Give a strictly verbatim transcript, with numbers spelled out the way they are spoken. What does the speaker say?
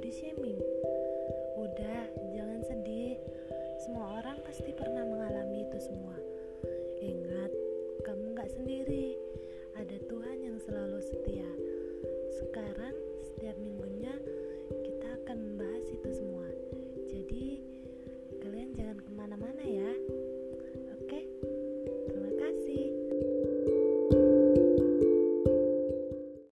body shaming. Udah, jangan sedih. Semua orang pasti pernah mengalami itu semua. Ingat, kamu gak sendiri. Ada Tuhan yang selalu setia. Sekarang, setiap minggu